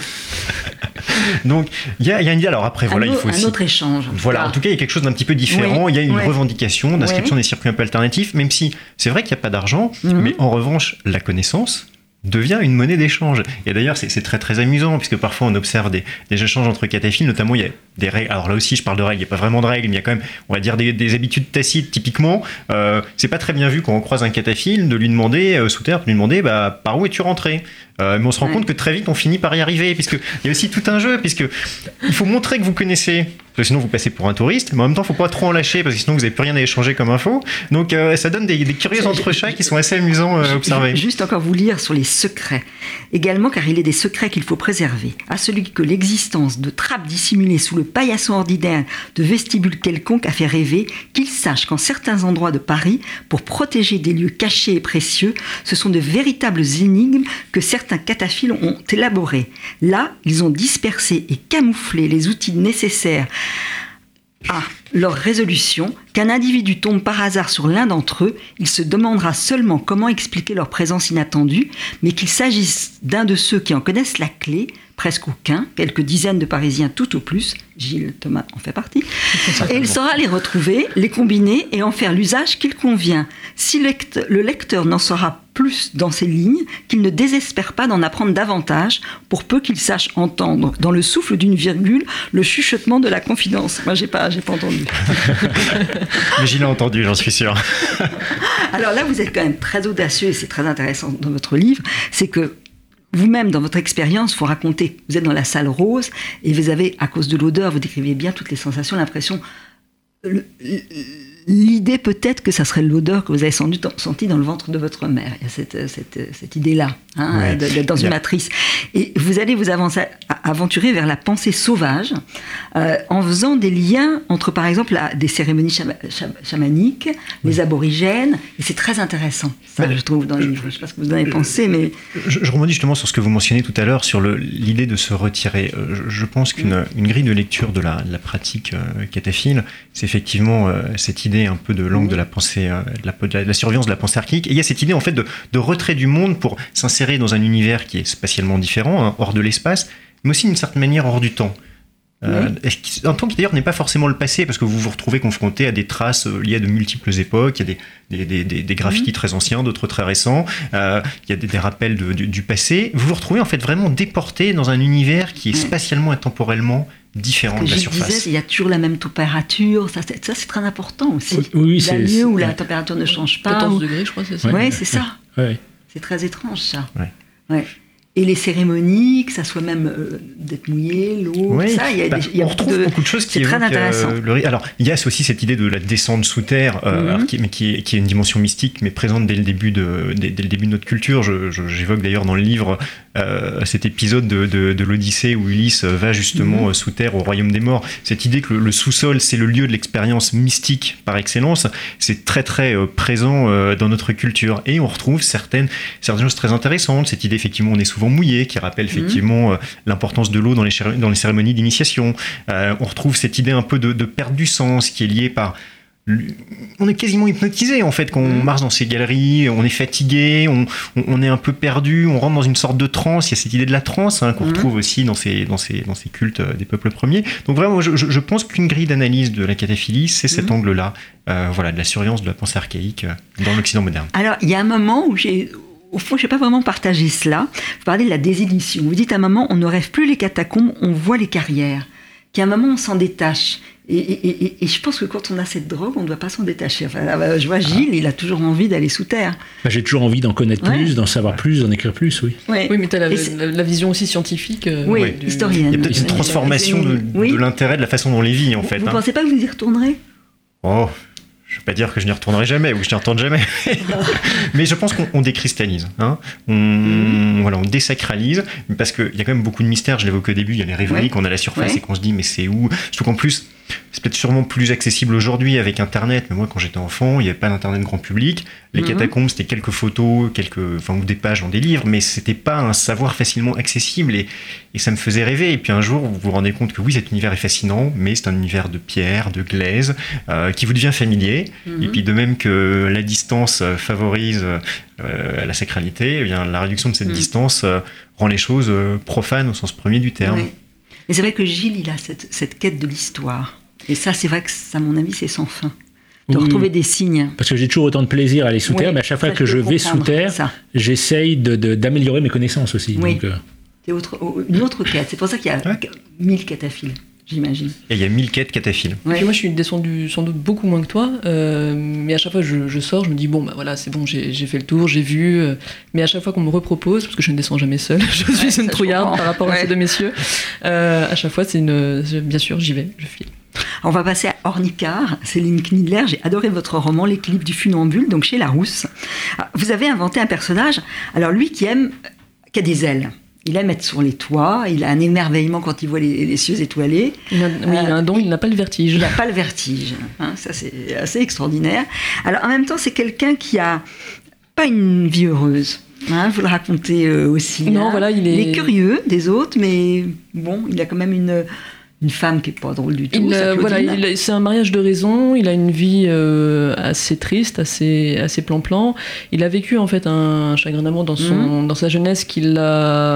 E: Donc, il y a, y a une idée. Alors après, voilà,
B: un
E: il faut
B: un
E: aussi...
B: autre échange. En
E: voilà, en tout cas, il y a quelque chose d'un petit peu différent.
B: Oui,
E: il y a une
B: oui.
E: revendication d'inscription oui. des circuits un peu alternatifs, même si c'est vrai qu'il n'y a pas d'argent, mm-hmm. mais en revanche, la connaissance devient une monnaie d'échange. Et d'ailleurs, c'est, c'est très très amusant, puisque parfois on observe des, des échanges entre cataphiles, notamment il y a des règles. Alors là aussi, je parle de règles, il n'y a pas vraiment de règles, mais il y a quand même, on va dire, des, des habitudes tacites. Typiquement, euh, c'est pas très bien vu quand on croise un cataphile de lui demander, euh, sous terre, de lui demander, bah, par où es-tu rentré ? Euh, mais on se rend ouais. compte que très vite on finit par y arriver, puisque il y a aussi tout un jeu, puisque il faut montrer que vous connaissez, parce que sinon vous passez pour un touriste, mais en même temps il ne faut pas trop en lâcher, parce que sinon vous n'avez plus rien à échanger comme info. Donc euh, ça donne des, des curieux entrechats qui sont assez amusants à observer.
B: Juste encore vous lire sur les secrets. Également car il est des secrets qu'il faut préserver. À celui que l'existence de trappes dissimulées sous le paillasson ordinaire de vestibules quelconques a fait rêver, qu'il sache qu'en certains endroits de Paris, pour protéger des lieux cachés et précieux, ce sont de véritables énigmes que certains Certains cataphiles ont élaboré. Là, ils ont dispersé et camouflé les outils nécessaires à leur résolution. Qu'un individu tombe par hasard sur l'un d'entre eux, il se demandera seulement comment expliquer leur présence inattendue, mais qu'il s'agisse d'un de ceux qui en connaissent la clé, presque aucun, quelques dizaines de Parisiens tout au plus, Gilles Thomas en fait partie, et il saura les retrouver, les combiner et en faire l'usage qu'il convient. Si le lecteur n'en saura plus dans ces lignes qu'il ne désespère pas d'en apprendre davantage, pour peu qu'il sache entendre, dans le souffle d'une virgule, le chuchotement de la confidence. Moi, j'ai pas, j'ai pas entendu.
E: Mais Gilles a entendu, j'en suis sûr.
B: Alors là, vous êtes quand même très audacieux, et c'est très intéressant dans votre livre, c'est que vous-même, dans votre expérience, il faut raconter. Vous êtes dans la salle rose, et vous avez, à cause de l'odeur, vous décrivez bien toutes les sensations, l'impression... Le, L'idée peut-être que ça serait l'odeur que vous avez sentie dans le ventre de votre mère. Il y a cette, cette, cette idée-là, hein, ouais. d'être dans une matrice. Et vous allez vous avancer, aventurer vers la pensée sauvage euh, en faisant des liens entre, par exemple, la, des cérémonies chama, cham, chamaniques, oui. les aborigènes. Et c'est très intéressant, ça, bah, je trouve, dans le livre. Je ne sais pas ce que vous en avez pensé, mais...
E: Je, je rebondis justement sur ce que vous mentionniez tout à l'heure, sur le, l'idée de se retirer. Je, je pense qu'une une grille de lecture de la, de la pratique euh, cataphile, c'est effectivement euh, cette idée un peu de l'angle de la pensée, euh, de, la, de la surveillance de la pensée archaïque. Et il y a cette idée en fait de, de retrait du monde pour s'insérer dans un univers qui est spatialement différent, hein, hors de l'espace, mais aussi d'une certaine manière hors du temps. Euh, oui. Un temps qui d'ailleurs n'est pas forcément le passé, parce que vous vous retrouvez confronté à des traces liées à de multiples époques. Il y a des, des, des, des graffitis mmh. très anciens, d'autres très récents. Euh, il y a des, des rappels de, du, du passé. Vous vous retrouvez en fait vraiment déporté dans un univers qui est spatialement et temporellement différent de la surface.
B: Disais, il y a toujours la même température, ça c'est, ça, c'est très important aussi.
C: Oui, oui,
B: c'est, lieu c'est, où la température ne change pas.
D: quatorze
B: ou...
D: degrés, je crois, c'est ça.
B: Oui, ouais, c'est ça.
C: Ouais.
B: C'est très étrange, ça.
E: Ouais.
B: Ouais. Et les cérémonies, que ça soit même euh, d'être mouillé, l'eau,
E: oui.
B: ça, il y a,
E: bah,
B: des, il y a
E: on retrouve
B: de,
E: beaucoup de choses qui
B: c'est très
E: évoquent,
B: intéressant.
E: Euh, le... Alors, il y a aussi cette idée de la descente sous terre, euh, mm-hmm. qui, mais qui est, qui est une dimension mystique, mais présente dès le début de, dès, dès le début de notre culture. Je, je, j'évoque d'ailleurs dans le livre euh, cet épisode de, de, de l'Odyssée où Ulysse va justement mm-hmm. sous terre au royaume des morts. Cette idée que le, le sous-sol, c'est le lieu de l'expérience mystique par excellence, c'est très très euh, présent euh, dans notre culture. Et on retrouve certaines, certaines choses très intéressantes. Cette idée, effectivement, on est souvent mouillé, qui rappelle effectivement mmh. euh, l'importance de l'eau dans les, chér- dans les cérémonies d'initiation. Euh, on retrouve cette idée un peu de, de perte du sens qui est liée par... On est quasiment hypnotisé en fait quand on mmh. marche dans ces galeries, on est fatigué, on, on, on est un peu perdu, on rentre dans une sorte de transe. Il y a cette idée de la transe hein, qu'on mmh. retrouve aussi dans ces, dans, ces, dans ces cultes des peuples premiers. Donc vraiment, je, je pense qu'une grille d'analyse de la cataphilie, c'est mmh. cet angle-là, euh, voilà, de la surveillance de la pensée archaïque dans l'Occident moderne.
B: Alors, il y a un moment où j'ai... Au fond, je n'ai pas vraiment partagé cela. Vous parlez de la désillusion. Vous dites à un moment, on ne rêve plus les catacombes, on voit les carrières. Qu'à un moment, on s'en détache. Et, et, et, et je pense que quand on a cette drogue, on ne doit pas s'en détacher. Enfin, je vois Gilles, ah. il a toujours envie d'aller sous terre.
C: Bah, j'ai toujours envie d'en connaître ouais. plus, d'en savoir plus, d'en écrire plus, oui.
B: Ouais.
D: Oui, mais tu as la, la, la vision aussi scientifique. Euh,
B: oui,
D: du...
B: historienne.
E: Il y a peut-être une transformation de, oui. de l'intérêt de la façon dont on les vit, en fait.
B: Vous ne
E: hein.
B: pensez pas que vous y retournerez ?
E: Oh Je ne vais pas dire que je n'y retournerai jamais ou que je n'y retourne jamais, mais je pense qu'on on décristallise, hein. on, mmh. voilà, on désacralise, parce qu'il y a quand même beaucoup de mystères. Je l'évoquais au début, il y a les rêveries ouais. qu'on a à la surface ouais. et qu'on se dit mais c'est où ? Surtout qu'en plus, c'est peut-être sûrement plus accessible aujourd'hui avec Internet, mais moi quand j'étais enfant, il n'y avait pas d'Internet grand public. Les mmh. catacombes, c'était quelques photos, quelques, enfin, ou des pages dans des livres, mais c'était pas un savoir facilement accessible et, et ça me faisait rêver. Et puis un jour, vous vous rendez compte que oui, cet univers est fascinant, mais c'est un univers de pierre, de glaise, euh, qui vous devient familier. Mmh. Et puis de même que la distance favorise euh, la sacralité, eh bien, la réduction de cette mmh. distance euh, rend les choses euh, profanes au sens premier du terme.
B: Oui. Mais c'est vrai que Gilles, il a cette, cette quête de l'histoire. Et ça, c'est vrai que, ça, à mon avis, c'est sans fin. De oui, retrouver des signes.
C: Parce que j'ai toujours autant de plaisir à aller sous oui, terre, mais à chaque fois que je vais sous terre, ça. j'essaye de, de, d'améliorer mes connaissances aussi.
B: Oui,
C: donc, euh...
B: c'est autre, une autre quête. C'est pour ça qu'il y a ouais. mille cataphiles, j'imagine.
E: Et il y a mille quêtes cataphiles.
D: Ouais. Puis moi, je suis descendue sans doute beaucoup moins que toi, euh, mais à chaque fois je, je sors, je me dis, bon, bah voilà, c'est bon, j'ai, j'ai fait le tour, j'ai vu. Euh, mais à chaque fois qu'on me repropose, parce que je ne descends jamais seule, je suis ouais, une trouillarde par rapport ouais. à ces deux messieurs, euh, à chaque fois, c'est une. Bien sûr, j'y vais, je file.
B: On va passer à Ornicard, Céline Knidler. J'ai adoré votre roman L'équilibre du funambule, donc chez Larousse. Vous avez inventé un personnage, alors lui qui aime, qui a des ailes. Il aime être sur les toits, il a un émerveillement quand il voit les, les cieux étoilés.
D: Il a, oui, euh, il a un don, il n'a pas le vertige.
B: Il n'a pas le vertige, hein, ça c'est assez extraordinaire. Alors en même temps, c'est quelqu'un qui a pas une vie heureuse. Hein, vous le racontez euh, aussi.
D: Non,
B: hein.
D: voilà, il est...
B: il est curieux des autres, mais bon, il a quand même une... Une femme qui n'est pas drôle du tout.
D: Il, euh, voilà, il, c'est un mariage de raison. Il a une vie euh, assez triste, assez, assez plan-plan. Il a vécu en fait un chagrin d'amour dans, son, mmh. dans sa jeunesse qu'il a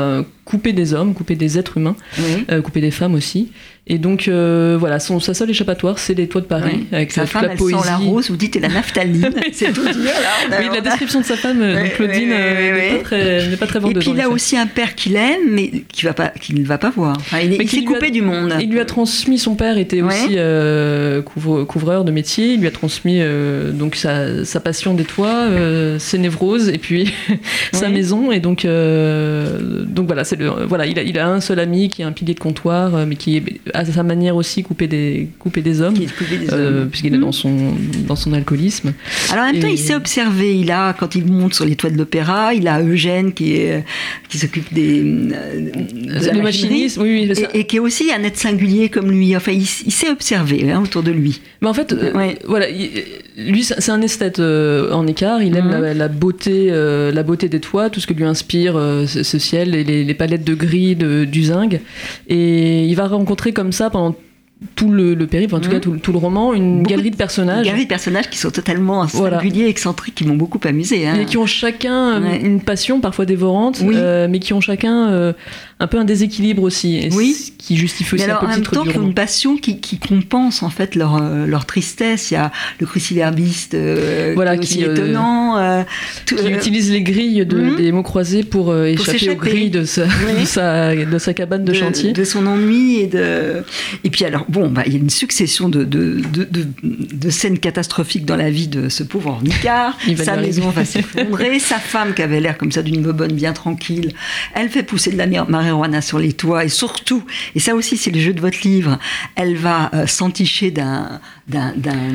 D: couper des hommes, couper des êtres humains,
B: Oui.
D: euh, couper des femmes aussi. Et donc, euh, voilà, son, sa seule échappatoire, c'est les toits de Paris,
B: Oui.
D: avec
B: Sa
D: toute
B: femme,
D: la
B: elle
D: poésie.
B: sent la rose, vous dites, et la naphtaline. C'est tout dire, là. On a-
D: Oui,
B: on
D: la
B: a-
D: description de sa femme, euh,
B: Oui,
D: donc Claudine,
B: oui,
D: euh,
B: oui,
D: n'est
B: oui.
D: pas très, n'est pas très
B: Et
D: vendeuse.
B: puis
D: en
B: il a
D: effet.
B: aussi un père qu'il aime, mais qui va pas, qui ne va pas voir. Enfin, il est-
D: Mais
B: il
D: qui
B: s'est
D: lui a-
B: coupé du monde.
D: Il lui a transmis, son père était
B: Ouais.
D: aussi euh, couvre- couvreur de métier, il lui a transmis euh, donc sa, sa passion des toits, euh, ses névroses et puis sa
B: Oui.
D: maison. Et donc, euh, donc voilà, c'est le, voilà il, a, il a un seul ami qui est un pilier de comptoir, euh, mais qui est à sa manière aussi couper des, couper des hommes,
B: Qui est coupé des
D: euh,
B: hommes.
D: puisqu'il est
B: Mhm.
D: dans son, dans son alcoolisme.
B: Alors en même temps,
D: Et-
B: il sait observer. Il a, quand il monte sur les toits de l'opéra, il a Eugène qui est, qui s'occupe des euh, de la
D: Le
B: machinerie,
D: machiniste, oui, oui, c'est ça.
B: et, et qui est aussi un être singulier comme lui. Enfin, il, il sait observer hein, autour de lui.
D: Mais en fait, euh,
B: Ouais.
D: voilà, il- lui, c'est c'est un esthète euh, en écart. Il aime
B: Mhm.
D: la, la beauté, euh, la beauté des toits, tout ce que lui inspire euh, ce, ce ciel et les, les palettes de gris de, du zinc. Et il va rencontrer comme ça pendant tout le, le périple, en tout
B: Mhm.
D: cas tout, tout le roman, une
B: Beaucoup
D: galerie de personnages.
B: Il y a des personnages qui sont totalement
D: Voilà.
B: singuliers, excentriques, qui m'ont beaucoup amusé. Hein.
D: Mais qui ont chacun euh,
B: Ouais.
D: une passion parfois dévorante,
B: Oui.
D: euh, mais qui ont chacun euh, un peu un déséquilibre aussi, et
B: Oui.
D: ce qui justifie
B: Mais
D: aussi
B: alors,
D: un
B: en
D: peu le
B: même
D: titre
B: temps,
D: du
B: qui ont
D: roman.
B: une passion qui, qui compense en fait leur, euh, leur tristesse. Il y a le cruciverbiste euh,
D: Voilà,
B: qui est aussi
D: qui, euh,
B: étonnant. euh, tout-
D: Qui
B: euh,
D: utilise les grilles de,
B: Mhm.
D: des mots croisés pour, euh,
B: Pour
D: échapper aux
B: s'échapper.
D: grilles de sa,
B: Oui.
D: de sa, de sa cabane de, chantier.
B: de son ennui et de et puis alors bon bah il y a une succession de de, de, de, de scènes catastrophiques dans la vie de ce pauvre ornicard.
D: Il va
B: Sa
D: y arriver.
B: maison va s'effondrer, sa femme qui avait l'air comme ça d'une bobonne bien tranquille, elle fait pousser de la mar- marijuana sur les toits et surtout, et ça aussi c'est le jeu de votre livre, elle va euh, s'enticher d'un d'un d'un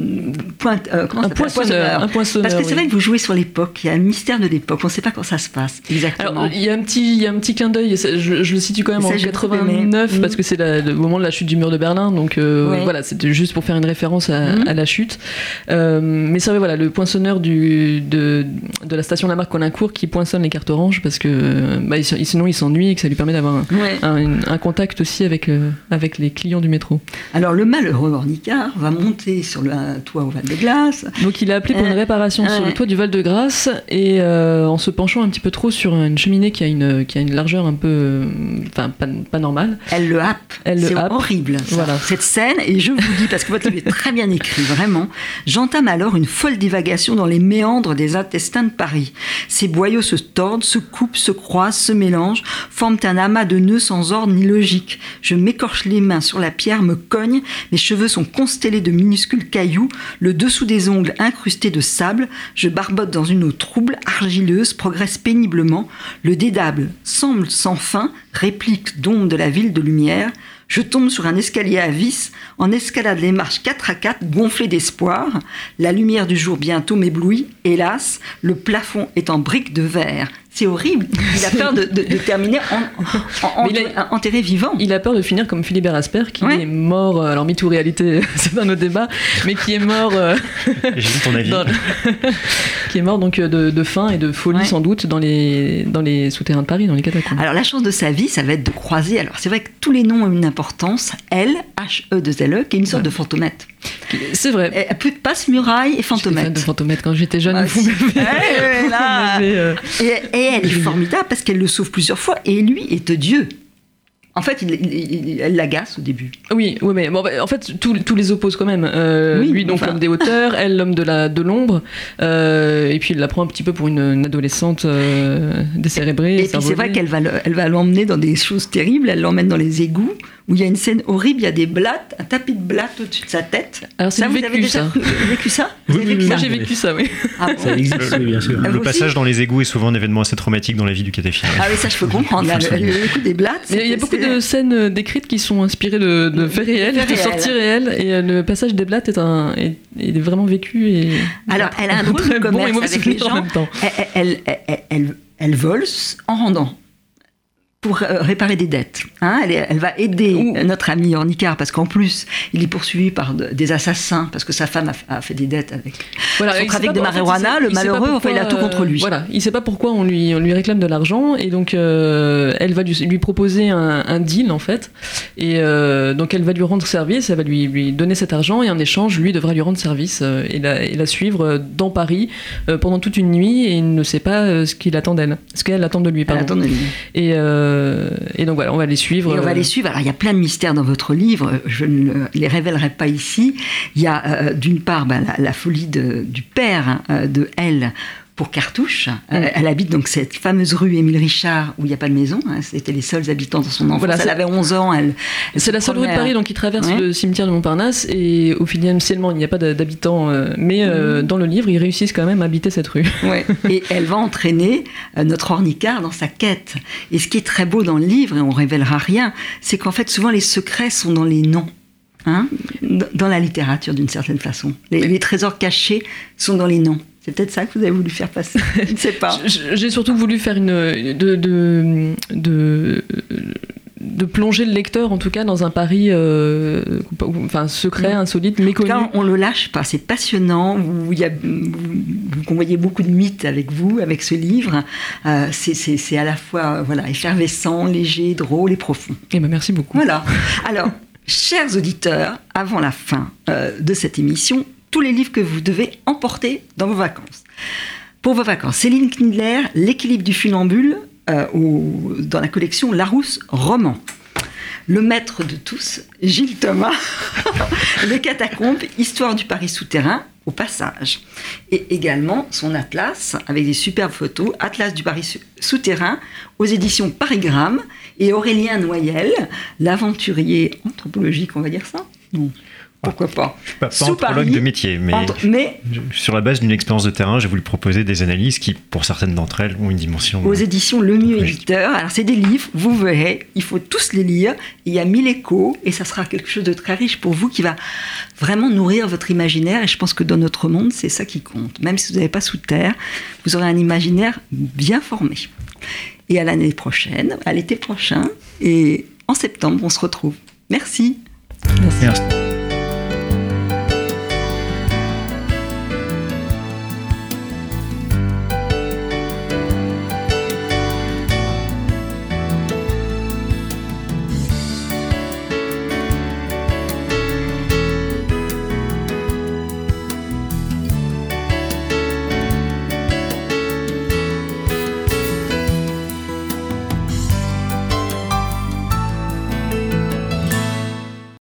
B: point euh, comment
D: Un
B: ça s'appelle
D: poinçonneur, un poinçonneur,
B: parce que c'est
D: oui.
B: vrai que vous jouez sur l'époque, il y a un mystère de l'époque, on ne sait pas quand ça se passe exactement.
D: Alors, il y a un petit, il y a un petit clin d'œil, et ça, je, je le situe quand même
B: Ça,
D: en
B: j'ai beaucoup
D: quatre-vingt-neuf,
B: aimé.
D: parce que c'est la- le moment de la chute du mur de Berlin, donc euh,
B: Ouais.
D: voilà, c'était juste pour faire une référence à,
B: Mhm.
D: à la chute. Euh, mais c'est vrai, voilà, le poinçonneur du, de, de la station Lamarck Colincourt qui poinçonne les cartes oranges, parce que bah, il- sinon il s'ennuie et que ça lui permet d'avoir un,
B: Ouais.
D: un, un contact aussi avec, euh, avec les clients du métro.
B: Alors le malheureux ornicard va monter sur le un toit au Val de Glace.
D: Donc il a appelé pour une
B: Euh,
D: réparation sur
B: ouais.
D: le toit du Val-de-Grâce et euh, en se penchant un petit peu trop sur une cheminée qui a une, qui a une largeur un peu, euh, enfin pas, pas normale.
B: Elle le happe.
D: Elle le
B: C'est
D: happe.
B: horrible ça,
D: Voilà.
B: cette scène. Et je vous dis, parce que votre livre est très bien écrit, vraiment, j'entame alors une folle divagation dans les méandres des intestins de Paris. Ces boyaux se tordent, se coupent, se croisent, se mélangent, forment un amas de nœuds sans ordre ni logique. Je m'écorche les mains sur la pierre, me cogne, mes cheveux sont constellés de minuscules cailloux, le dessous des ongles incrusté de sable, je barbote dans une eau trouble, argileuse, progresse péniblement, le dédale semble sans fin, réplique d'ombre de la ville de lumière, je tombe sur un escalier à vis, en escalade les marches quatre à quatre, gonflées d'espoir. La lumière du jour bientôt m'éblouit. Hélas, le plafond est en briques de verre. C'est horrible. Il a peur de, de- de terminer en, en- en-
D: Mais il a-
B: enterré vivant.
D: Il a peur de finir comme Philibert Asper, qui
B: Ouais.
D: est mort, euh, alors MeToo réalité, c'est un autre débat, mais qui est mort, euh,
E: J'ai vu ton avis.
D: dans- qui est mort donc euh, de, de faim et de folie
B: Ouais.
D: sans doute dans les, dans les souterrains de Paris, dans les catacombes.
B: Alors la chance de sa vie, ça va être de croiser. Alors c'est vrai que tous les noms ont une importance. Elle, H E deux L E, qui est une sorte
D: Ouais.
B: de fantomètre.
D: C'est vrai.
B: Elle peut passe muraille et
D: J'étais fan
B: fantomètre.
D: de Fantomètre quand j'étais jeune.
B: Ah,
D: vous
B: si.
D: m'avez-
B: Ouais, ouais,
D: vous
B: là.
D: m'avez, euh,
B: Et, et elle est formidable parce qu'elle le sauve plusieurs fois et lui est Dieu. En fait, il- il- il- elle l'agace au début.
D: Oui, oui, mais bon, bah, en fait, tous tous les opposent quand même. Euh,
B: Oui,
D: lui, donc
B: enfin.
D: l'homme des hauteurs, elle, l'homme de la de l'ombre. Euh, et puis, il la prend un petit peu pour une, une adolescente euh, décérébrée.
B: Et puis c'est
D: cervelée.
B: vrai qu'elle va, le- elle va l'emmener dans des choses terribles. Elle l'emmène dans les égouts où il y a une scène horrible. Il y a des blattes, un tapis de blattes au-dessus de sa tête.
D: Alors, c'est
B: Ça, vous
D: vécu,
B: avez déjà
D: ça.
B: cru- vécu ça
C: Oui,
B: Vous avez
C: oui,
B: vécu
C: oui,
D: Moi,
B: ça
D: j'ai vécu ça, oui.
B: Ah bon
C: Ça existe, oui, bien sûr.
B: Ah, vous
E: Le
B: aussi
E: passage dans les égouts est souvent un événement assez traumatique dans la vie du catéphile.
B: Ah oui, ça je peux comprendre. Là, le, le coup des blattes.
D: Mais il y a
B: c'est-
D: beaucoup
B: c'est-
D: de scènes euh, décrites qui sont inspirées de, de faits réels,
B: faits
D: de
B: réels.
D: sorties réelles. Et euh, le passage des blattes est, un, est, est vraiment vécu. Et
B: Alors, elle a un drôle
D: très
B: de
D: bon et
B: commerce
D: mauvais
B: avec les
D: souvenir en
B: gens.
D: même temps.
B: Elle, elle, elle, elle, elle vole en rendant pour euh, réparer des dettes. Hein, elle, est- elle va aider
D: Ouh.
B: notre ami Ornicard parce qu'en plus, il est poursuivi par de- des assassins parce que sa femme a, a fait des dettes avec
D: Voilà,
B: son
D: il sait
B: trafic
D: pas-
B: de
D: en fait, il
B: marijuana.
D: sait-
B: Le
D: il sait pas
B: malheureux, enfin,
D: pourquoi,
B: il a tout contre lui.
D: euh, Voilà, il sait pas pourquoi on lui, on lui réclame de l'argent et donc euh, elle va lui, lui proposer un, un deal en fait. Et euh, donc elle va lui rendre service, elle va lui, lui donner cet argent et en échange, lui devra lui rendre service euh, et, la, et la suivre euh, dans Paris euh, pendant toute une nuit et il ne sait pas euh, ce qu'il attend d'elle, ce qu'elle attend de lui,
B: Elle
D: pardon.
B: attend de lui.
D: Et, euh, euh, et donc voilà, on va les suivre.
B: Et on va les suivre. Alors il y a plein de mystères dans votre livre, je ne les révélerai pas ici. Il y a euh, d'une part ben, la, la folie de, du père hein, de Elle pour Cartouche. Mm. Euh, elle habite donc cette fameuse rue Émile Richard où il n'y a pas de maison. Hein, c'était les seuls habitants dans son enfance. Voilà, elle avait onze ans. Elle, elle
D: c'est la seule rue de Paris donc, qui traverse ouais. le cimetière de Montparnasse et officiellement il n'y a pas d'habitants. Euh, mais euh, mm. dans le livre, ils réussissent quand même à habiter cette rue.
B: Ouais. Et elle va entraîner euh, notre ornicard dans sa quête. Et ce qui est très beau dans le livre, et on ne révélera rien, c'est qu'en fait souvent les secrets sont dans les noms. Hein, dans la littérature d'une certaine façon. Les, les trésors cachés sont dans les noms. C'est peut-être ça que vous avez voulu faire passer. Je ne sais pas.
D: J'ai surtout voulu faire une... de, de, de, de plonger le lecteur, en tout cas, dans un Paris euh, enfin, secret, insolite, méconnu.
B: En tout cas, on ne le lâche pas. C'est passionnant. Vous, y a, vous, vous convoyez beaucoup de mythes avec vous, avec ce livre. Euh, c'est, c'est, c'est à la fois voilà, effervescent, léger, drôle et profond.
D: Eh ben, merci beaucoup.
B: Voilà. Alors... Chers auditeurs, avant la fin euh, de cette émission, tous les livres que vous devez emporter dans vos vacances. Pour vos vacances, Céline Knidler, L'équilibre du funambule, euh, au, dans la collection Larousse Roman. Le maître de tous, Gilles Thomas, Les catacombes, Histoire du Paris souterrain, au passage. Et également son atlas, avec des superbes photos, Atlas du Paris souterrain, aux éditions Parigramme, et Aurélien Noyel, l'aventurier anthropologique, on va dire ça ? Non. Pourquoi pas ?
E: Je ne suis pas, pas anthropologue Paris, de métier, mais, entre, mais sur la base d'une expérience de terrain, j'ai voulu proposer des analyses qui, pour certaines d'entre elles, ont une dimension...
B: Aux éditions Le Mieux Éditeur. Alors, c'est des livres, vous verrez, il faut tous les lire. Il y a mille échos, et ça sera quelque chose de très riche pour vous, qui va vraiment nourrir votre imaginaire. Et je pense que dans notre monde, c'est ça qui compte. Même si vous n'avez pas sous terre, vous aurez un imaginaire bien formé. Et à l'année prochaine, à l'été prochain, et en septembre, on se retrouve. Merci.
C: Merci. Merci.